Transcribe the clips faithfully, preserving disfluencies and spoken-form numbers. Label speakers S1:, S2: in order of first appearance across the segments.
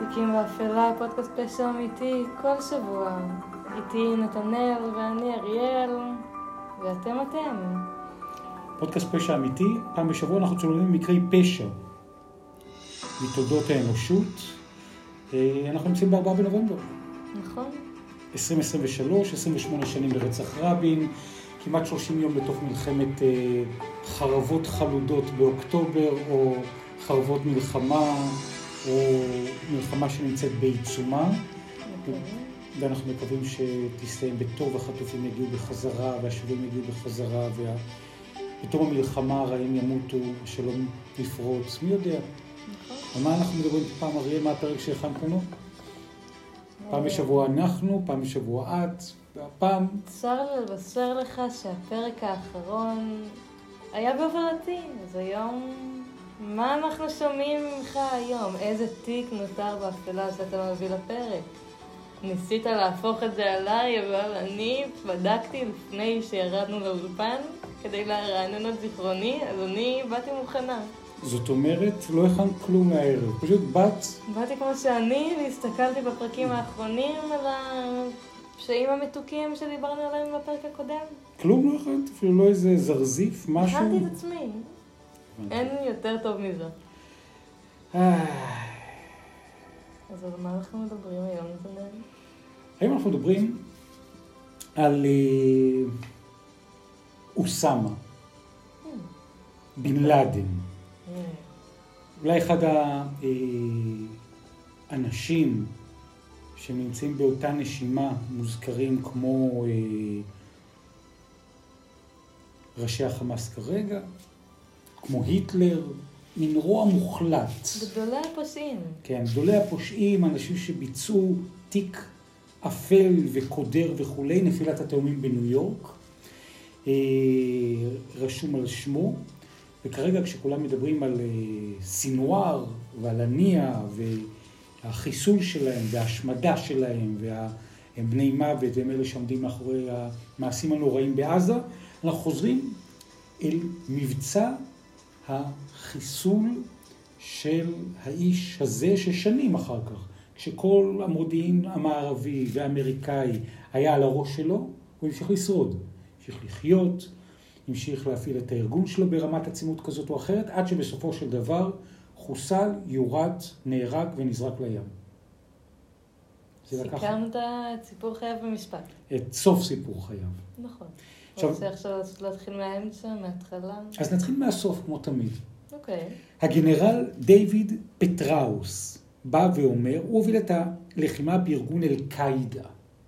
S1: תיקים באפלה, פודקאסט פשע אמיתי, כל שבוע. איתי נתנאל ואני אריאל, ואתם אתם.
S2: פודקאסט פשע אמיתי, פעם בשבוע אנחנו צוללים מקרי פשע מתולדות האנושות. אנחנו נמצאים בארבעה בנובמבר.
S1: נכון.
S2: עשרים עשרים ושלוש, עשרים ושמונה שנים לרצח רבין, כמעט שלושים יום בתוך מלחמת אה, חרבות חלודות באוקטובר, או חרבות מלחמה, או מלחמה שנמצאת בעיצומה.
S1: Okay.
S2: ואנחנו מקווים שתסתיים בטוב, החטופים יגיעו בחזרה, והשבויים יגיעו בחזרה, ובתום המלחמה הרעים ימותו, השלום יפרוץ, מי יודע.
S1: נכון.
S2: על מה אנחנו מדברים פעם, אריאל, מה הפרק שהכנת לנו? פעם בשבוע אנחנו, פעם בשבוע את, והפעם...
S1: צר לי לבשר לך שהפרק האחרון היה בהובלתי, אז היום... מה אנחנו שומעים ממך היום? איזה תיק נותר באפלה שאתה מביא לפרק? ניסית להפוך את זה עליי, אבל אני בדקתי לפני שירדנו לאולפן כדי להרענן את זיכרוני, אז אני באתי מוכנה.
S2: זאת אומרת, לא הכנת כלום מהערב, פשוט באת...
S1: באתי כמו שאני, והסתכלתי בפרקים האחרונים על הפשעים המתוקים שדיברנו עליהם בפרק הקודם.
S2: כלום לא הכנת? אפילו לא איזה זרזיף, משהו?
S1: הכנתי את עצמי. אין יותר טוב מזה. אז על מה אנחנו מדברים היום, נתנאל?
S2: היום אנחנו מדברים על אוסמה, בן לאדן. אולי אחד האנשים שנמצאים באותה נשימה מוזכרים כמו ראשי החמאס כרגע, כמו היטלר, מין רוע מוחלט.
S1: גדולי הפושעים. כן,
S2: גדולי הפושעים, אנשים שביצעו תיק אפל וקודר וכולי, נפילת התאומים בניו יורק, רשום על שמו, וכרגע כשכולם מדברים על סינואר ועל הנייה והחיסול שלהם וההשמדה שלהם והם בני מוות והם אלה שעומדים מאחורי המעשים הנוראים בעזה, אנחנו חוזרים אל מבצע החיסול של האיש הזה ששנים אחר כך, כשכל המודיעין המערבי והאמריקאי היה על הראש שלו, הוא המשיך לשרוד, המשיך לחיות, המשיך להפעיל את הארגון שלו ברמת עצימות כזאת או אחרת, עד שבסופו של דבר חוסל, יורד, נהרג ונזרק לים.
S1: סיכמת את סיפור חייו במשפט.
S2: את סוף סיפור חייו.
S1: נכון. עכשיו, רוצה עכשיו להתחיל מהאמצע, מההתחלה?
S2: אז נתחיל מהסוף כמו תמיד.
S1: אוקיי.
S2: הגנרל דיוויד פטראוס בא ואומר, הוא הוביל את הלחימה בארגון אל-קאידה.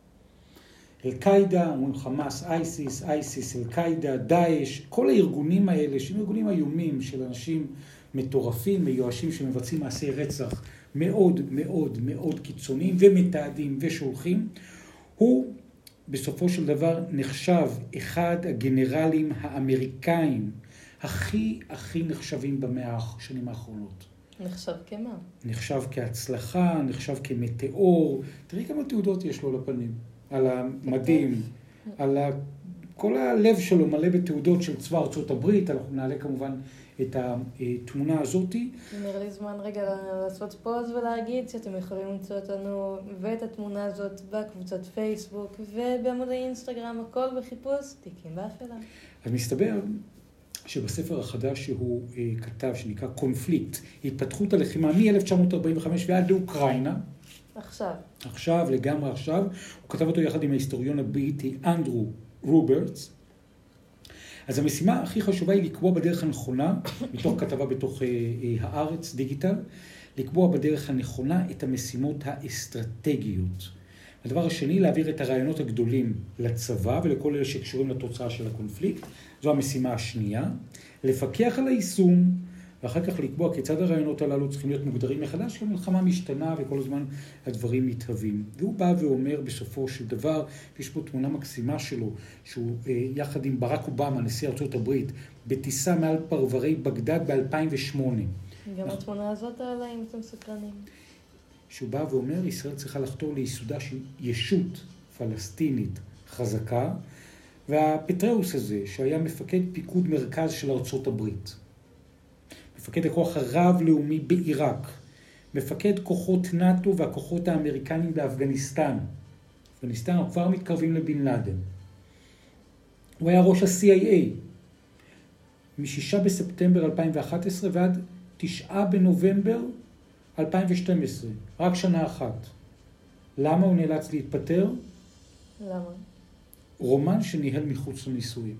S2: אל-קאידה, אומרים חמאס, אייסיס, אייסיס, אל-קאידה, דאעש, כל הארגונים האלה, שהם ארגונים איומים של אנשים מטורפים, מיואשים שמבצעים מעשי רצח מאוד מאוד מאוד קיצוניים ומתעדים ושולחים, הוא בסופו של דבר נחשב אחד הגנרלים האמריקאים הכי הכי נחשבים במאה השנים האחרונות.
S1: נחשב כמה?
S2: נחשב כהצלחה, נחשב כמטאור. תראי כמה תעודות יש לו לפנים, על המדים, על ה... כל הלב שלו מלא בתעודות של צבא ארצות הברית. אנחנו נעלה כמובן את התמונה הזאת.
S1: נראה לי זמן רגע לעשות פוז ולהגיד שאתם יכולים למצוא אותנו ואת התמונה הזאת בקבוצת פייסבוק ובעמוד האינסטגרם, הכל בחיפוש תיקים באפלה.
S2: אז מסתבר שבספר החדש שהוא כתב, שנקרא קונפליקט, התפתחות הלחימה מ-אלף תשע מאות ארבעים וחמש ועד לאוקראינה.
S1: עכשיו. עכשיו,
S2: לגמרי עכשיו. הוא כתב אותו יחד עם ההיסטוריון הבריטי אנדרו רוברטס. אז המשימה הכי חשובה היא לקבוע בדרך הנכונה, מתוך כתבה בתוך הארץ, דיגיטל, לקבוע בדרך הנכונה את המשימות האסטרטגיות. הדבר השני, להעביר את הרעיונות הגדולים לצבא ולכל אלה שקשורים לתוצאה של הקונפליקט. זו המשימה השנייה. לפקח על היישום, ואחר כך לקבוע כיצד הרעיונות הללו צריכים להיות מוגדרים מחדש, כי המלחמה משתנה וכל הזמן הדברים מתהווים. והוא בא ואומר בסופו של דבר, יש פה תמונה מקסימה שלו, שהוא יחד עם ברק אובמה, נשיא ארצות הברית, בטיסה מעל פרברי בגדד ב-אלפיים ושמונה.
S1: גם התמונה הזאת עלה אם אתם סקרנים.
S2: שהוא בא ואומר, ישראל צריכה לחתור ליסודה של ישות פלסטינית חזקה, והפטראוס הזה, שהיה מפקד פיקוד מרכז של ארצות הברית, מפקד הכוח הרב-לאומי בעיראק, מפקד כוחות נאט"ו והכוחות האמריקנים באפגניסטן. אפגניסטן כבר מתקרבים לבן לאדן. הוא היה ראש ה-סי איי איי. מ-שישה בספטמבר אלפיים ואחת עשרה ועד תשעה בנובמבר אלפיים ושתים עשרה. רק שנה אחת. למה הוא נאלץ להתפטר?
S1: למה?
S2: רומן שניהל מחוץ לנישואים.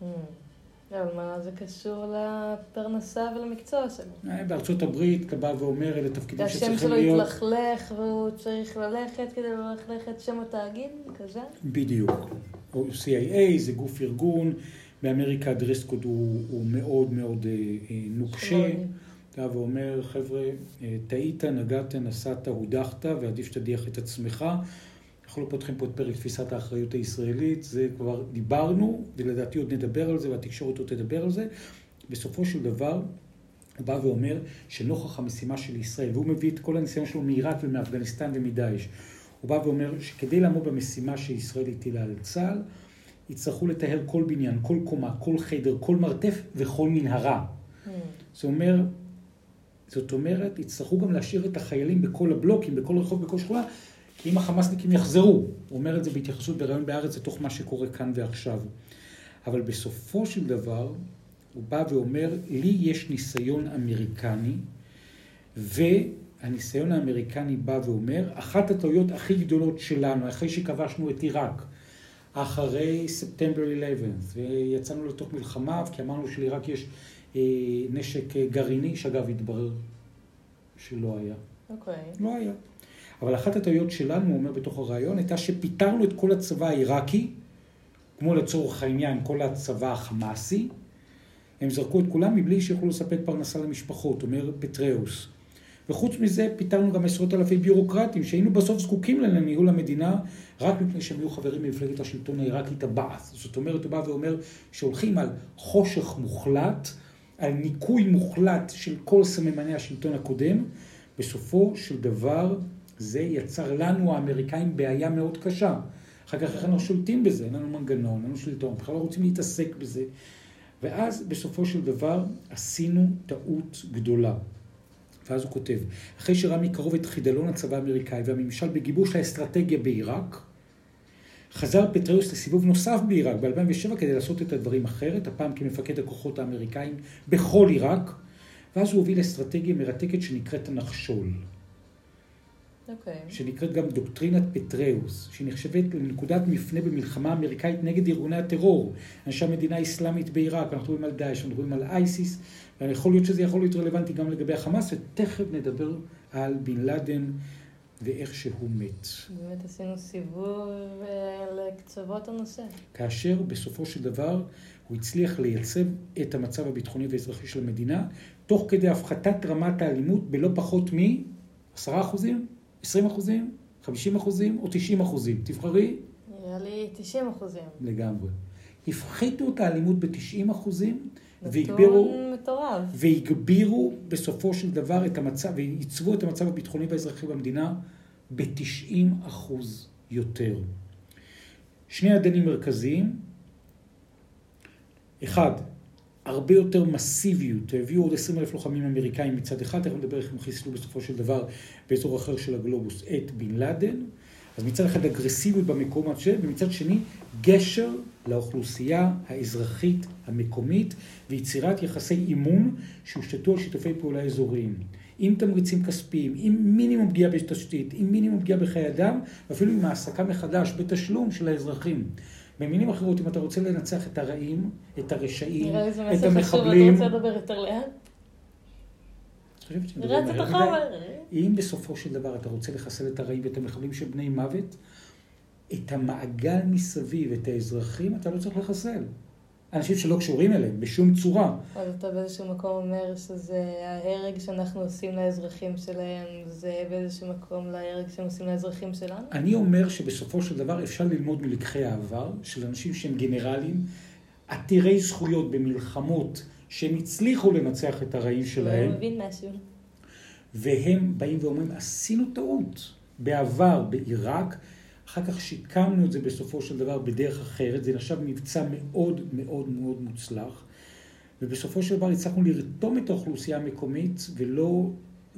S1: אבל מה זה קשור לפרנסה ולמקצוע שלו?
S2: בארצות הברית, אתה בא ואומר, אלה תפקידים שצריכים
S1: שהשם
S2: להיות...
S1: שלו יתלכלך והוא צריך ללכת כדי ללכלך את שם התאגיד, כזה?
S2: בדיוק. סי איי איי זה גוף ארגון, באמריקה הדרס קוד הוא, הוא מאוד מאוד אה, נוקשה. אתה בא ואומר, חבר'ה, טעית, נגעת, נסעת, הודחת, ועדיף שתדיח את עצמך. אנחנו לא פותחים פה את פרק תפיסת האחריות הישראלית, זה כבר דיברנו, ולדעתי עוד נדבר על זה, והתקשורת עוד תדבר על זה. בסופו של דבר, הוא בא ואומר שנוכח המשימה של ישראל, והוא מביא את כל הניסיון שלו מעיראק ומאפגניסטן ומדאעש, הוא בא ואומר שכדי לעמוד במשימה שישראל הטילה על צה"ל, יצטרכו לטהר כל בניין, כל קומה, כל חדר, כל מרתף וכל מנהרה. Mm. זאת אומרת, זאת אומרת, יצטרכו גם להשאיר את החיילים בכל הבלוקים, בכל רחוב, בכל שכונה, כי אם החמאסניקים יחזרו, הוא אומר את זה בהתייחסות בראיון בארץ, זה תוך מה שקורה כאן ועכשיו. אבל בסופו של דבר, הוא בא ואומר, לי יש ניסיון אמריקני, והניסיון האמריקני בא ואומר, אחת הטעויות הכי גדולות שלנו, אחרי שכבשנו את עיראק, אחרי ספטמבר אחת עשר, ויצאנו לתוך מלחמה, כי אמרנו שלעיראק יש אה, נשק גרעיני, שאגב התברר שלא היה.
S1: אוקיי. Okay.
S2: לא היה. אבל אחת הטעויות שלנו, הוא אומר בתוך הרעיון, הייתה שפיתרנו את כל הצבא העיראקי, כמו לצורך העניין, כל הצבא החמאסי, הם זרקו את כולם מבלי שיוכלו לספק פרנסה למשפחות, אומר פטראוס. וחוץ מזה, פיתרנו גם עשרות אלפי ביורוקרטים, שהיינו בסוף זקוקים לניהול המדינה, רק מפני שהם היו חברים ממפלגת השלטון העיראקית הבעת'. זאת אומרת, הוא בא ואומר שהולכים על חושך מוחלט, על ניקוי מוחלט של כל סממני השלטון הקודם, בסופו של דבר, זה יצר לנו, האמריקאים, בעיה מאוד קשה. אחר כך אנחנו שולטים בזה, אין לנו מנגנון, אין לנו שלטון, בכלל לא רוצים להתעסק בזה. ואז בסופו של דבר עשינו טעות גדולה. ואז הוא כותב, אחרי שראה מקרוב את חידלון הצבא האמריקאי והממשל בגיבוש האסטרטגיה בעיראק, חזר פטראוס לסיבוב נוסף בעיראק ב-אלפיים ושבע כדי לעשות את הדברים אחרת, הפעם כמפקד הכוחות האמריקאים בכל עיראק, ואז הוא הוביל אסטרטגיה מרתקת שנקראת הנחשול.
S1: Okay.
S2: שנקראת גם דוקטרינת פטראוס, שהיא נחשבת לנקודת מפנה במלחמה האמריקאית נגד ארגוני הטרור, אנשי המדינה האסלאמית בעיראק, אנחנו מדברים על דאעש, אנחנו מדברים על אייסיס, ויכול להיות שזה יכול להיות רלוונטי גם לגבי החמאס, ותכף נדבר על בן לאדן ואיך שהוא מת.
S1: באמת עשינו סיבוב לקצוות הנושא.
S2: כאשר בסופו של דבר הוא הצליח לייצב את המצב הביטחוני והאזרחי של המדינה, תוך כדי הפחתת רמת האלימות בלא פחות מ-עשרה אחוזים, עשרים אחוזים, חמישים אחוזים או תשעים אחוזים. תבחרי?
S1: נראה לי תשעים אחוזים.
S2: לגמרי. הפחיתו את האלימות ב-תשעים אחוזים,
S1: והגבירו, מטורף.
S2: והגבירו בסופו של דבר את המצב, וייצבו את המצב הביטחוני והאזרחי במדינה ב-תשעים אחוז יותר. שני עדנים מרכזיים. אחד, הרבה יותר מסיביות, הביאו עוד עשרים אלף לוחמים אמריקאים מצד אחד, אנחנו נדבר איך הם חיסלו בסופו של דבר באזור אחר של הגלובוס את בן לאדן, אז מצד אחד אגרסיביות במקום הזה, ומצד שני גשר לאוכלוסייה האזרחית המקומית, ויצירת יחסי אימון שהושתתו על שיתופי פעולה אזוריים, עם תמריצים כספיים, עם מינימום פגיעה בתשתית, עם מינימום פגיעה בחיי אדם, ואפילו עם העסקה מחדש בתשלום של האזרחים. במילים אחרות, אם אתה רוצה לנצח את הרעים, את הרשעים, את המחבלים...
S1: אתה רוצה לדבר יותר לאט? רץ את החומר.
S2: אם בסופו של דבר אתה רוצה לחסל את הרעים ואת המחבלים של בני מוות, את המעגל מסביב, את האזרחים, אתה לא צריך לחסל. אנשים שלא קשורים אליהם, בשום צורה.
S1: אז אתה באיזשהו מקום אומר שזה ההרג שאנחנו עושים לאזרחים שלהם, זה באיזשהו מקום להרג שהם עושים לאזרחים שלנו?
S2: אני אומר שבסופו של דבר אפשר ללמוד מלקחי העבר, של אנשים שהם גנרלים, עתירי זכויות במלחמות, שהם הצליחו לנצח את הרעים שלהם.
S1: הוא מבין משהו.
S2: והם באים ואומרים, עשינו טעות בעבר בעיראק, אחר כך שיקמנו את זה בסופו של דבר בדרך אחרת, זה נחשב מבצע מאוד מאוד מאוד מוצלח, ובסופו של דבר הצלחנו לרתום את האוכלוסייה המקומית ולא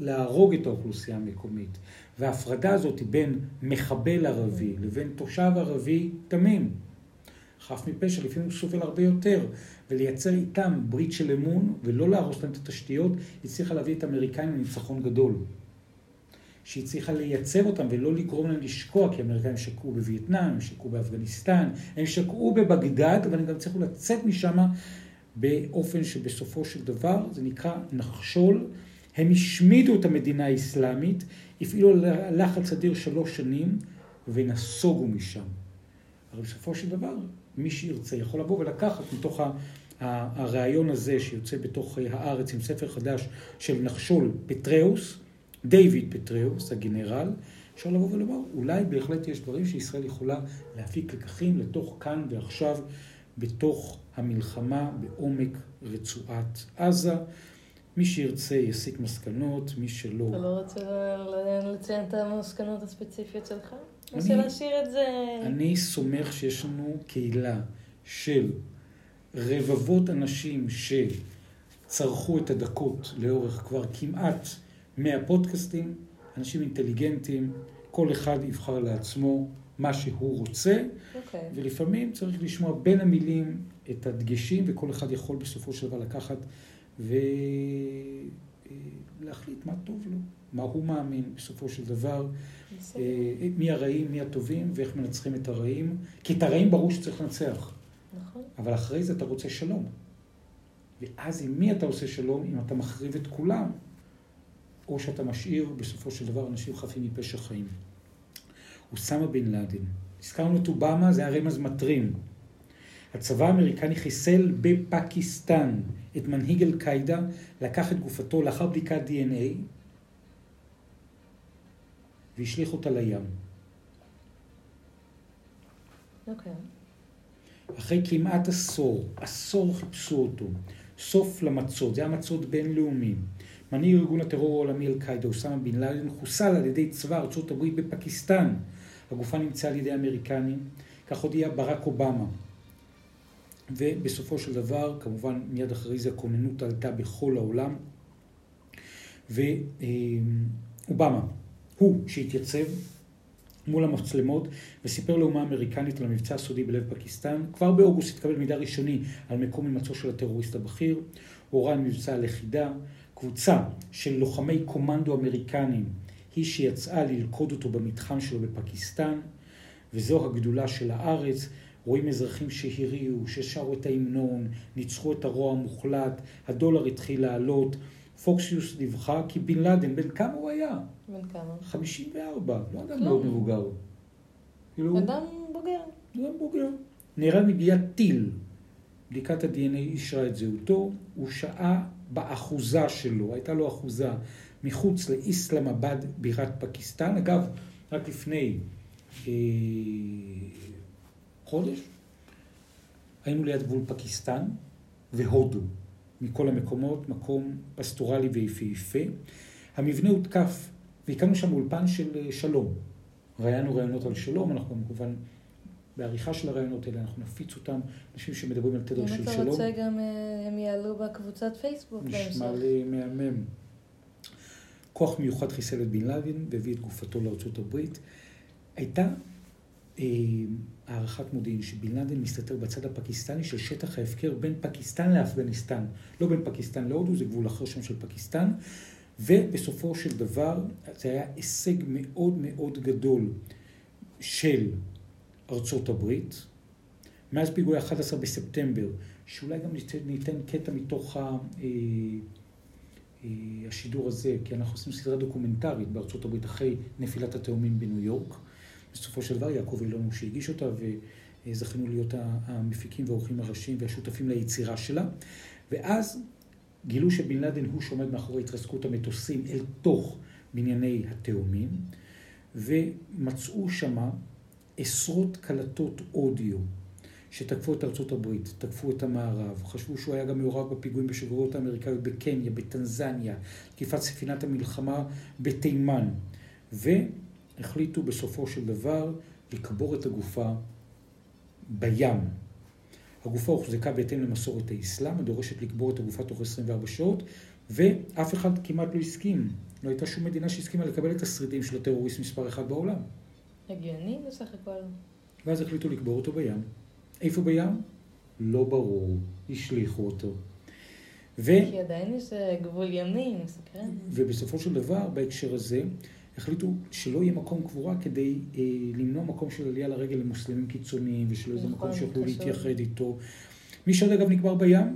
S2: להרוג את האוכלוסייה המקומית. וההפרדה הזאת בין מחבל ערבי לבין תושב ערבי תמים. חף מפשע, לפעמים הוא סובל הרבה יותר, ולייצר איתם ברית של אמון, ולא להרוס להם את התשתיות, היא צריכה להביא את האמריקאים לניצחון גדול. שהיא צריכה לייצב אותם ולא לגרום להם לשקוע, כי האמריקאים שקעו בווייטנאם, הם שקעו באפגניסטן, הם שקעו בבגדד, אבל הם גם צריכו לצאת משם באופן שבסופו של דבר, זה נקרא נחשול, הם השמידו את המדינה האסלאמית, הפעילו לחץ אדיר שלוש שנים, ונסוגו משם. אבל בסופו של דבר, מי שירצה יכול לבוא ולקחת מתוך הרעיון הזה שיוצא בתוך הארץ עם ספר חדש של נחשול פטראוס, דיוויד פטראוס, הגנרל, אפשר לבוא ולומר, אולי בהחלט יש דברים שישראל יכולה להפיק לקחים לתוך כאן ועכשיו, בתוך המלחמה בעומק רצועת עזה. מי שירצה יסיק מסקנות, מי שלא...
S1: אתה לא רוצה לציין את המסקנות הספציפיות שלך? אני רוצה להשאיר את זה...
S2: אני סומך שיש לנו קהילה של רבבות אנשים שצרכו את הדקות לאורך כבר כמעט מאה פודקאסטים, אנשים אינטליגנטים, כל אחד יבחר לעצמו מה שהוא רוצה, okay. ולפעמים צריך לשמוע בין המילים את הדגשים, וכל אחד יכול בסופו של דבר לקחת ולהחליט מה טוב לו, מה הוא מאמין בסופו של דבר, מי הרעים, מי הטובים, ואיך מנצחים את הרעים, כי את הרעים ברור שצריך לנצח.
S1: נכון.
S2: אבל אחרי זה אתה רוצה שלום. ואז עם מי אתה עושה שלום? אם אתה מחריב את כולם, או שאתה משאיר בסופו של דבר אנשים חפים מפשע חיים. אוסמה בן לאדן. הזכרנו את אובמה, זה היה רמז מטרים. הצבא האמריקני חיסל בפקיסטן את מנהיג אל-קאידה, לקח את גופתו לאחר בדיקת די אן איי, והשליך אותה לים.
S1: אוקיי.
S2: אחרי כמעט עשור, עשור חיפשו אותו, סוף למצוד, זה היה מצוד בינלאומי. מנהיג ארגון הטרור העולמי אל-קאידה, אוסמה בן לאדן, חוסל על ידי צבא ארצות הברית בפקיסטן. הגופה נמצאה על ידי האמריקנים, כך הודיע ברק אובמה. ובסופו של דבר, כמובן מיד אחרי זה הכוננות עלתה בכל העולם, ואובמה, הוא שהתייצב מול המצלמות וסיפר לאומה האמריקנית על המבצע הסודי בלב פקיסטן. כבר באוגוסט התקבל מידע ראשוני על מקום הימצאו של הטרוריסט הבכיר, הורה על מבצע הלכידה, קבוצה של לוחמי קומנדו אמריקנים היא שיצאה ללכוד אותו במתחם שלו בפקיסטן, וזו הגדולה של הארץ. רואים אזרחים שהריעו, ששרו את ההמנון, ניצחו את הרוע המוחלט, הדולר התחיל לעלות. פוקסיוס דיווחה כי בן לאדן, בן כמה הוא היה?
S1: בן כמה?
S2: חמישים וארבע, לא אדם מאוד מבוגר.
S1: אדם בוגר.
S2: אדם בוגר. נהרג מפגיעת טיל. בדיקת ה-די אן איי אישרה את זהותו, הוא שעה באחוזה שלו, הייתה לו אחוזה מחוץ לאסלאמבאד בירת פקיסטן. אגב, רק לפני אה, חודש, היינו ליד גבול פקיסטן והודו. מכל המקומות, מקום פסטורלי ויפהפה. המבנה הותקף, והקמנו שם אולפן של שלום. ראיינו רעיונות על שלום, אנחנו כמובן בעריכה של הרעיונות האלה, אנחנו נפיץ אותם, אנשים שמדברים על תדר של שלום.
S1: אם אתה רוצה גם הם יעלו בקבוצת פייסבוק.
S2: נשמע לי מהמם. כוח מיוחד חיסל את בן לאדן והביא את גופתו לארצות הברית. הייתה אה, הערכת מודיעין שבן לאדן מסתתר בצד הפקיסטני של שטח ההפקר בין פקיסטן לאפגניסטן. לא בין פקיסטן להודו, זה גבול אחר שם של פקיסטן. ובסופו של דבר זה היה הישג מאוד מאוד גדול של ארצות הברית. מאז פיגועי אחד עשר בספטמבר, שאולי גם ניתן קטע מתוך ה, אה, אה, השידור הזה, כי אנחנו עושים סדרה דוקומנטרית בארצות הברית אחרי נפילת התאומים בניו יורק. בסופו של דבר יעקב אילון שהגיש אותה, וזכינו להיות המפיקים והאורחים הראשיים והשותפים ליצירה שלה. ואז גילו שבן לאדן הוא שעומד מאחורי התרסקות המטוסים אל תוך בנייני התאומים, ומצאו שמה עשרות קלטות אודיו שתקפו את ארצות הברית, תקפו את המערב, חשבו שהוא היה גם מעורב בפיגועים בשגרירויות האמריקאיות בקניה, בטנזניה, תקיפת ספינת המלחמה בתימן, והחליטו בסופו של דבר לקבור את הגופה בים. הגופה הוחזקה בהתאם למסורת האסלאם, הדורשת לקבור את הגופה תוך עשרים וארבע שעות, ואף אחד כמעט לא הסכים לא הייתה שום מדינה שהסכימה לקבל את השרידים של הטרוריסט מספר אחד בעולם.
S1: הגיוני בסך הכל.
S2: ואז החליטו לקבור אותו בים. איפה בים? לא ברור. השליחו אותו. ו...
S1: כי עדיין יש גבול ימי, מסקרן.
S2: ובסופו של דבר, בהקשר הזה, החליטו שלא יהיה מקום קבורה כדי אה, למנוע מקום של עלייה לרגל למוסלמים קיצוניים, ושלא יהיה מקום שיוכלו להתייחד איתו. מי שעוד אגב נקבר בים?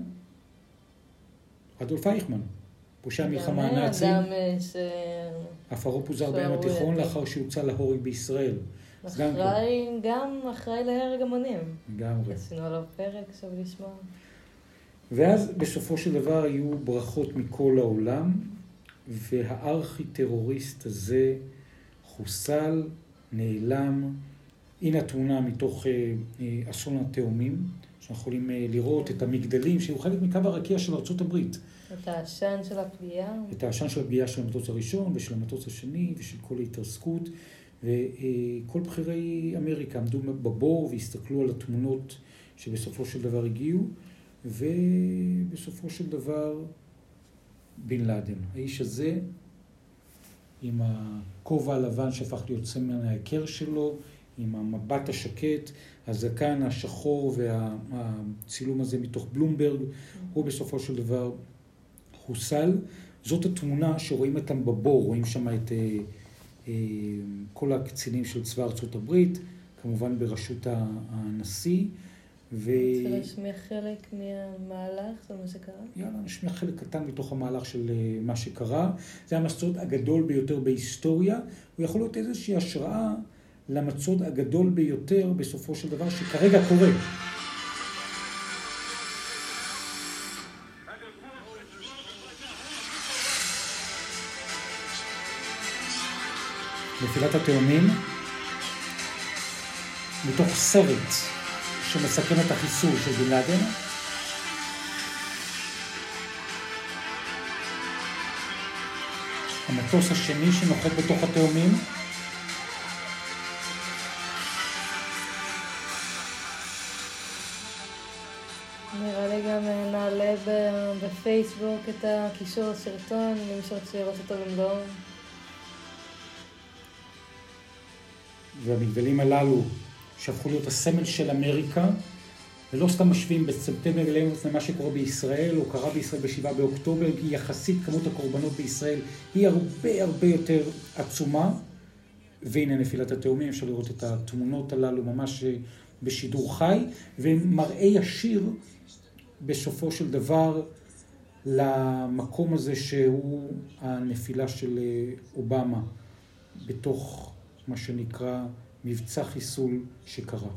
S2: אדולף אייכמן. פושע המלחמה הנאצים.
S1: אדם ש...
S2: עפרו פוזר בים התיכון לאחר שהוצא להורג בישראל.
S1: אחראי, גם אחראי להרג המונים.
S2: לגמרי.
S1: עשינו עליו פרק, עכשיו לשמוע.
S2: ואז בסופו של דבר היו ברכות מכל העולם, והארכי-טרוריסט הזה חוסל, נעלם. הנה התמונה מתוך אסון התאומים, שאנחנו יכולים לראות את המגדלים, שהיו חלק מקו הרקיע של ארצות הברית.
S1: את העשן של הפגיעה.
S2: את העשן של הפגיעה של המטוס הראשון ושל המטוס השני ושל כל ההתרסקות. וכל בכירי אמריקה עמדו בבור והסתכלו על התמונות שבסופו של דבר הגיעו, ובסופו של דבר בן לאדן. האיש הזה עם הכובע הלבן שהפך להיות סמל ההיכר שלו, עם המבט השקט, הזקן השחור והצילום הזה מתוך בלומברג, הוא בסופו של דבר חוסל. זאת התמונה שרואים אותם בבור, רואים שם את כל הקצינים של צבא ארצות הברית, כמובן בראשות הנשיא.
S1: ו... רוצה להשמיע חלק מהמהלך, זה מה שקרה?
S2: יאללה, נשמיע חלק קטן מתוך המהלך של מה שקרה. זה המצוד הגדול ביותר בהיסטוריה. הוא יכול להיות איזושהי השראה למצוד הגדול ביותר בסופו של דבר שכרגע קורה. נפילת התאומים, מתוך סרט שמסכן את החיסול של בן לאדן. המטוס השני שנוחת בתוך התאומים.
S1: נראה לי גם נעלה בפייסבוק את הקישור לסרטון, למי שרוצה לראות אותו במלואו.
S2: והמגדלים הללו שהפכו להיות הסמל של אמריקה, ולא סתם משווים בספטמבר אלף למה שקורה בישראל, או קרה בישראל בשבעה באוקטובר, כי יחסית כמות הקורבנות בישראל היא הרבה הרבה יותר עצומה. והנה נפילת התאומים, אפשר לראות את התמונות הללו ממש בשידור חי, ומראה ישיר בסופו של דבר למקום הזה שהוא הנפילה של אובמה, בתוך מה שנקרא מבצע חיסול שקרה.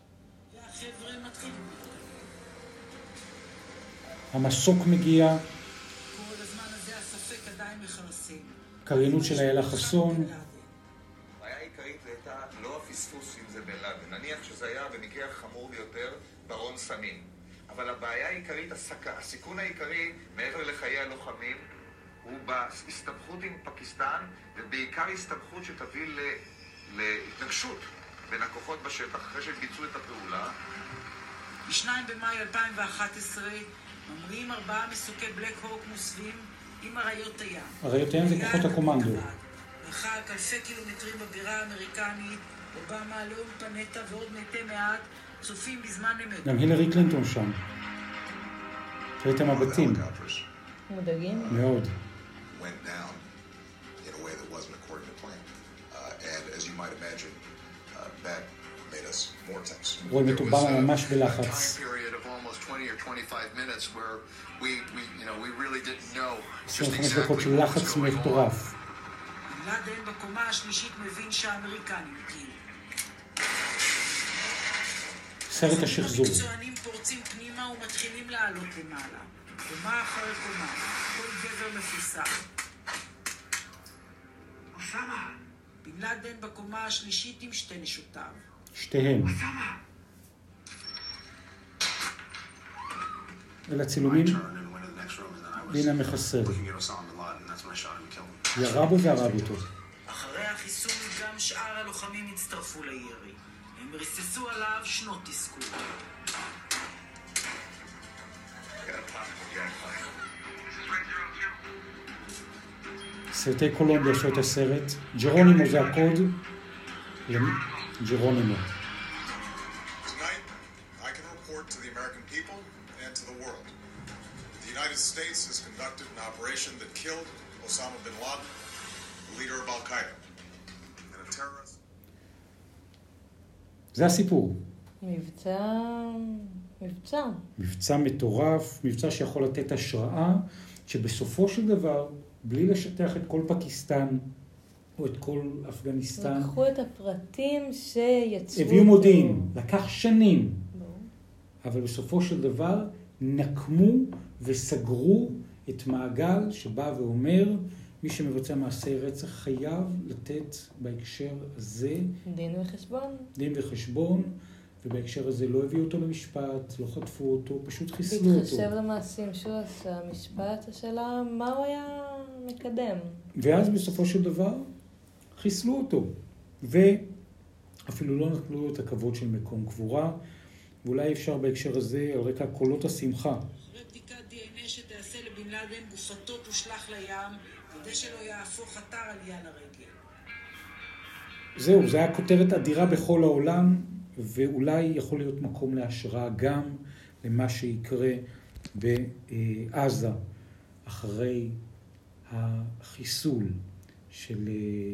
S2: המסוק מגיע,
S3: כל הזמן הזה הספק עדיין מכרסם.
S2: קריינות של איילה חסון.
S4: הבעיה העיקרית הייתה לא הפספוס אם זה בן לאדן. נניח שזה היה במקרה החמור ביותר ברון סמים. אבל הבעיה העיקרית, הסיכון העיקרי מעבר לחיי הלוחמים, הוא בהסתבכות עם פקיסטן, ובעיקר הסתבכות שתביא להתנגשות בין הכוחות בשטח אחרי שהם ביצעו את הפעולה.
S3: בשניים במאי אלפיים ואחת עשרה ממריאים ארבעה מסוקי בלק הוק מוסווים עם אריות הים.
S2: אריות הים זה כוחות הקומנדו.
S3: מרחק אלפי קילומטרים בבירה האמריקנית, אובמה, לאום פנטה ועוד מתי מעט צופים בזמן אמת.
S2: גם הילרי קלינטון שם. ראיתם מבטים.
S1: מודאגים?
S2: מאוד.
S4: went down in a way that wasn't according to plan. Uh, and as you might imagine, uh, that made us more tense.
S2: רואים את אובמה ממש בלחץ. עשרים וחמש דקות של לחץ מטורף.
S3: בן לאדן בקומה השלישית מבין שהאמריקנים הגיעו.
S2: סרט השחזור.
S3: המקצוענים פורצים פנימה ומתחילים לעלות למעלה. קומה אחרי קומה, כל גבר מפוסח. אוסמה! בן לאדן בקומה השלישית עם שתי נשותיו.
S2: שתיהן.
S3: אוסמה!
S2: אלה צילומים. והנה מחסר. ירה בו והרג אותו.
S3: אחרי החיסון גם שאר הלוחמים הצטרפו לירי. הם ריססו עליו שנות תסכול.
S2: סרטי קולומביה עשו את הסרט. ג'רונימו זה הקוד. ג'רונימו.
S5: Tonight, I can report to the American people and to the world. The United States has conducted an operation that killed Osama bin Laden, the leader of Al-Qaeda, and a terrorist.
S2: זה הסיפור.
S1: מבצע... מבצע.
S2: מבצע מטורף, מבצע שיכול לתת השראה, שבסופו של דבר, בלי לשטח את כל פקיסטן, או את כל אפגניסטן,
S1: לקחו את הפרטים שיצרו...
S2: הביאו מודיעין, לקח שנים.
S1: בוא.
S2: אבל בסופו של דבר, נקמו וסגרו את מעגל שבא ואומר, מי שמבצע מעשי רצח חייב לתת בהקשר הזה
S1: דין וחשבון.
S2: דין וחשבון, ובהקשר הזה לא הביאו אותו למשפט, לא חטפו אותו, פשוט חיסלו אותו.
S1: להתחשב למעשים שהוא עשה, משפט, השאלה מה הוא היה מקדם.
S2: ואז בסופו של דבר חיסלו אותו, ואפילו לא נתנו לו את הכבוד של מקום קבורה, ואולי אפשר בהקשר הזה על רקע קולות השמחה.
S3: אחרי בדיקת די אן איי שתעשה לבן לאדן, גופתו תושלך לים, כדי שלא יהפוך אתר עלייה לרגל.
S2: זהו, זה היה כותרת אדירה בכל העולם, ואולי יכול להיות מקום להשראה גם למה שיקרה בעזה אחרי החיסול של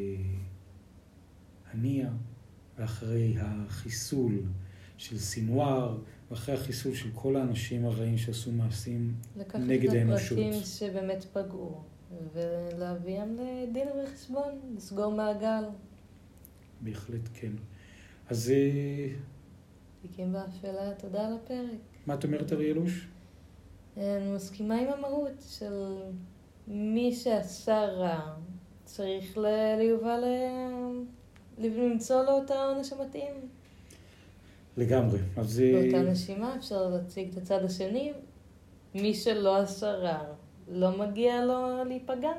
S2: הנייה, ואחרי החיסול של סינואר, ואחרי החיסול של כל האנשים הרעים שעשו מעשים נגד האנושות.
S1: לקחת את הפרטים שבאמת פגעו, ולהביאם לדין וחשבון, לסגור מעגל.
S2: בהחלט כן. אז
S1: תיקים באפלה, תודה על הפרק.
S2: מה את אומרת, אריאלוש?
S1: אני מסכימה עם המהות של מי שעשה רע, צריך ליובל למצוא לו את העונש המתאים.
S2: לגמרי. אז
S1: באותה נשימה אפשר להציג את הצד השני, מי שלא עשה רע, לא מגיע לו להיפגע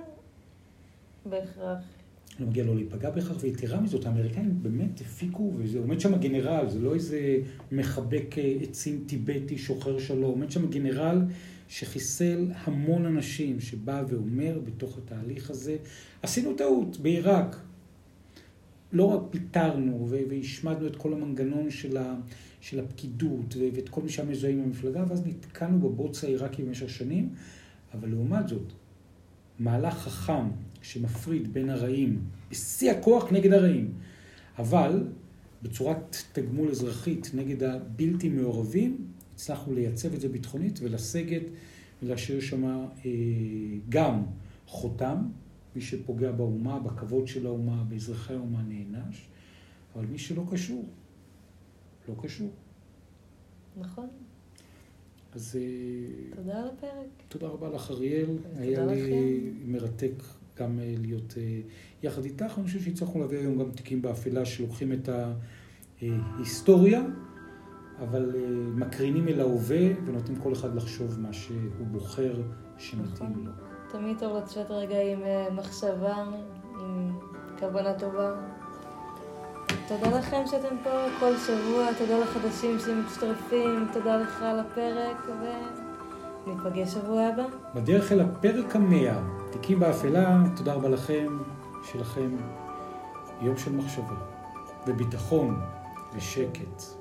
S1: בהכרח.
S2: לא מגיע לו להיפגע בהכרח, ויתרה מזאת, האמריקאים באמת הפיקו, וזה עומד שם גנרל, זה לא איזה מחבק עצים טיבטי שוחר שלום, עומד שם גנרל שחיסל המון אנשים, שבא ואומר בתוך התהליך הזה, עשינו טעות בעיראק, לא רק פיתרנו והשמדנו את כל המנגנון של, ה, של הפקידות ואת כל מי שהמזוהה עם המפלגה, ואז נתקענו בבוץ העיראקי במשך שנים, אבל לעומת זאת, מהלך חכם שמפריד בין הרעים, בשיא הכוח נגד הרעים, אבל בצורת תגמול אזרחית נגד הבלתי מעורבים, הצלחנו לייצב את זה ביטחונית ולסגת ולהשאיר שם אה, גם חותם, מי שפוגע באומה, בכבוד של האומה, באזרחי האומה נענש, אבל מי שלא קשור, לא קשור.
S1: נכון.
S2: אז
S1: תודה על הפרק.
S2: תודה רבה לך, אריאל. היה לי מרתק גם להיות יחד איתך. אני חושב שהצלחנו להביא היום גם תיקים באפלה שלוקחים את ההיסטוריה, אבל מקרינים אל ההווה ונותנים כל אחד לחשוב מה שהוא בוחר שמתאים לו.
S1: תמיד טוב לצאת רגע עם מחשבה, עם כוונה טובה. תודה לכם שאתם פה כל שבוע, תודה לחדשים שמצטרפים, תודה לך על הפרק, וניפגש שבוע הבא.
S2: בדרך אל הפרק המאה, תיקים באפלה, תודה רבה לכם, שלכם יום של מחשבה, וביטחון ושקט.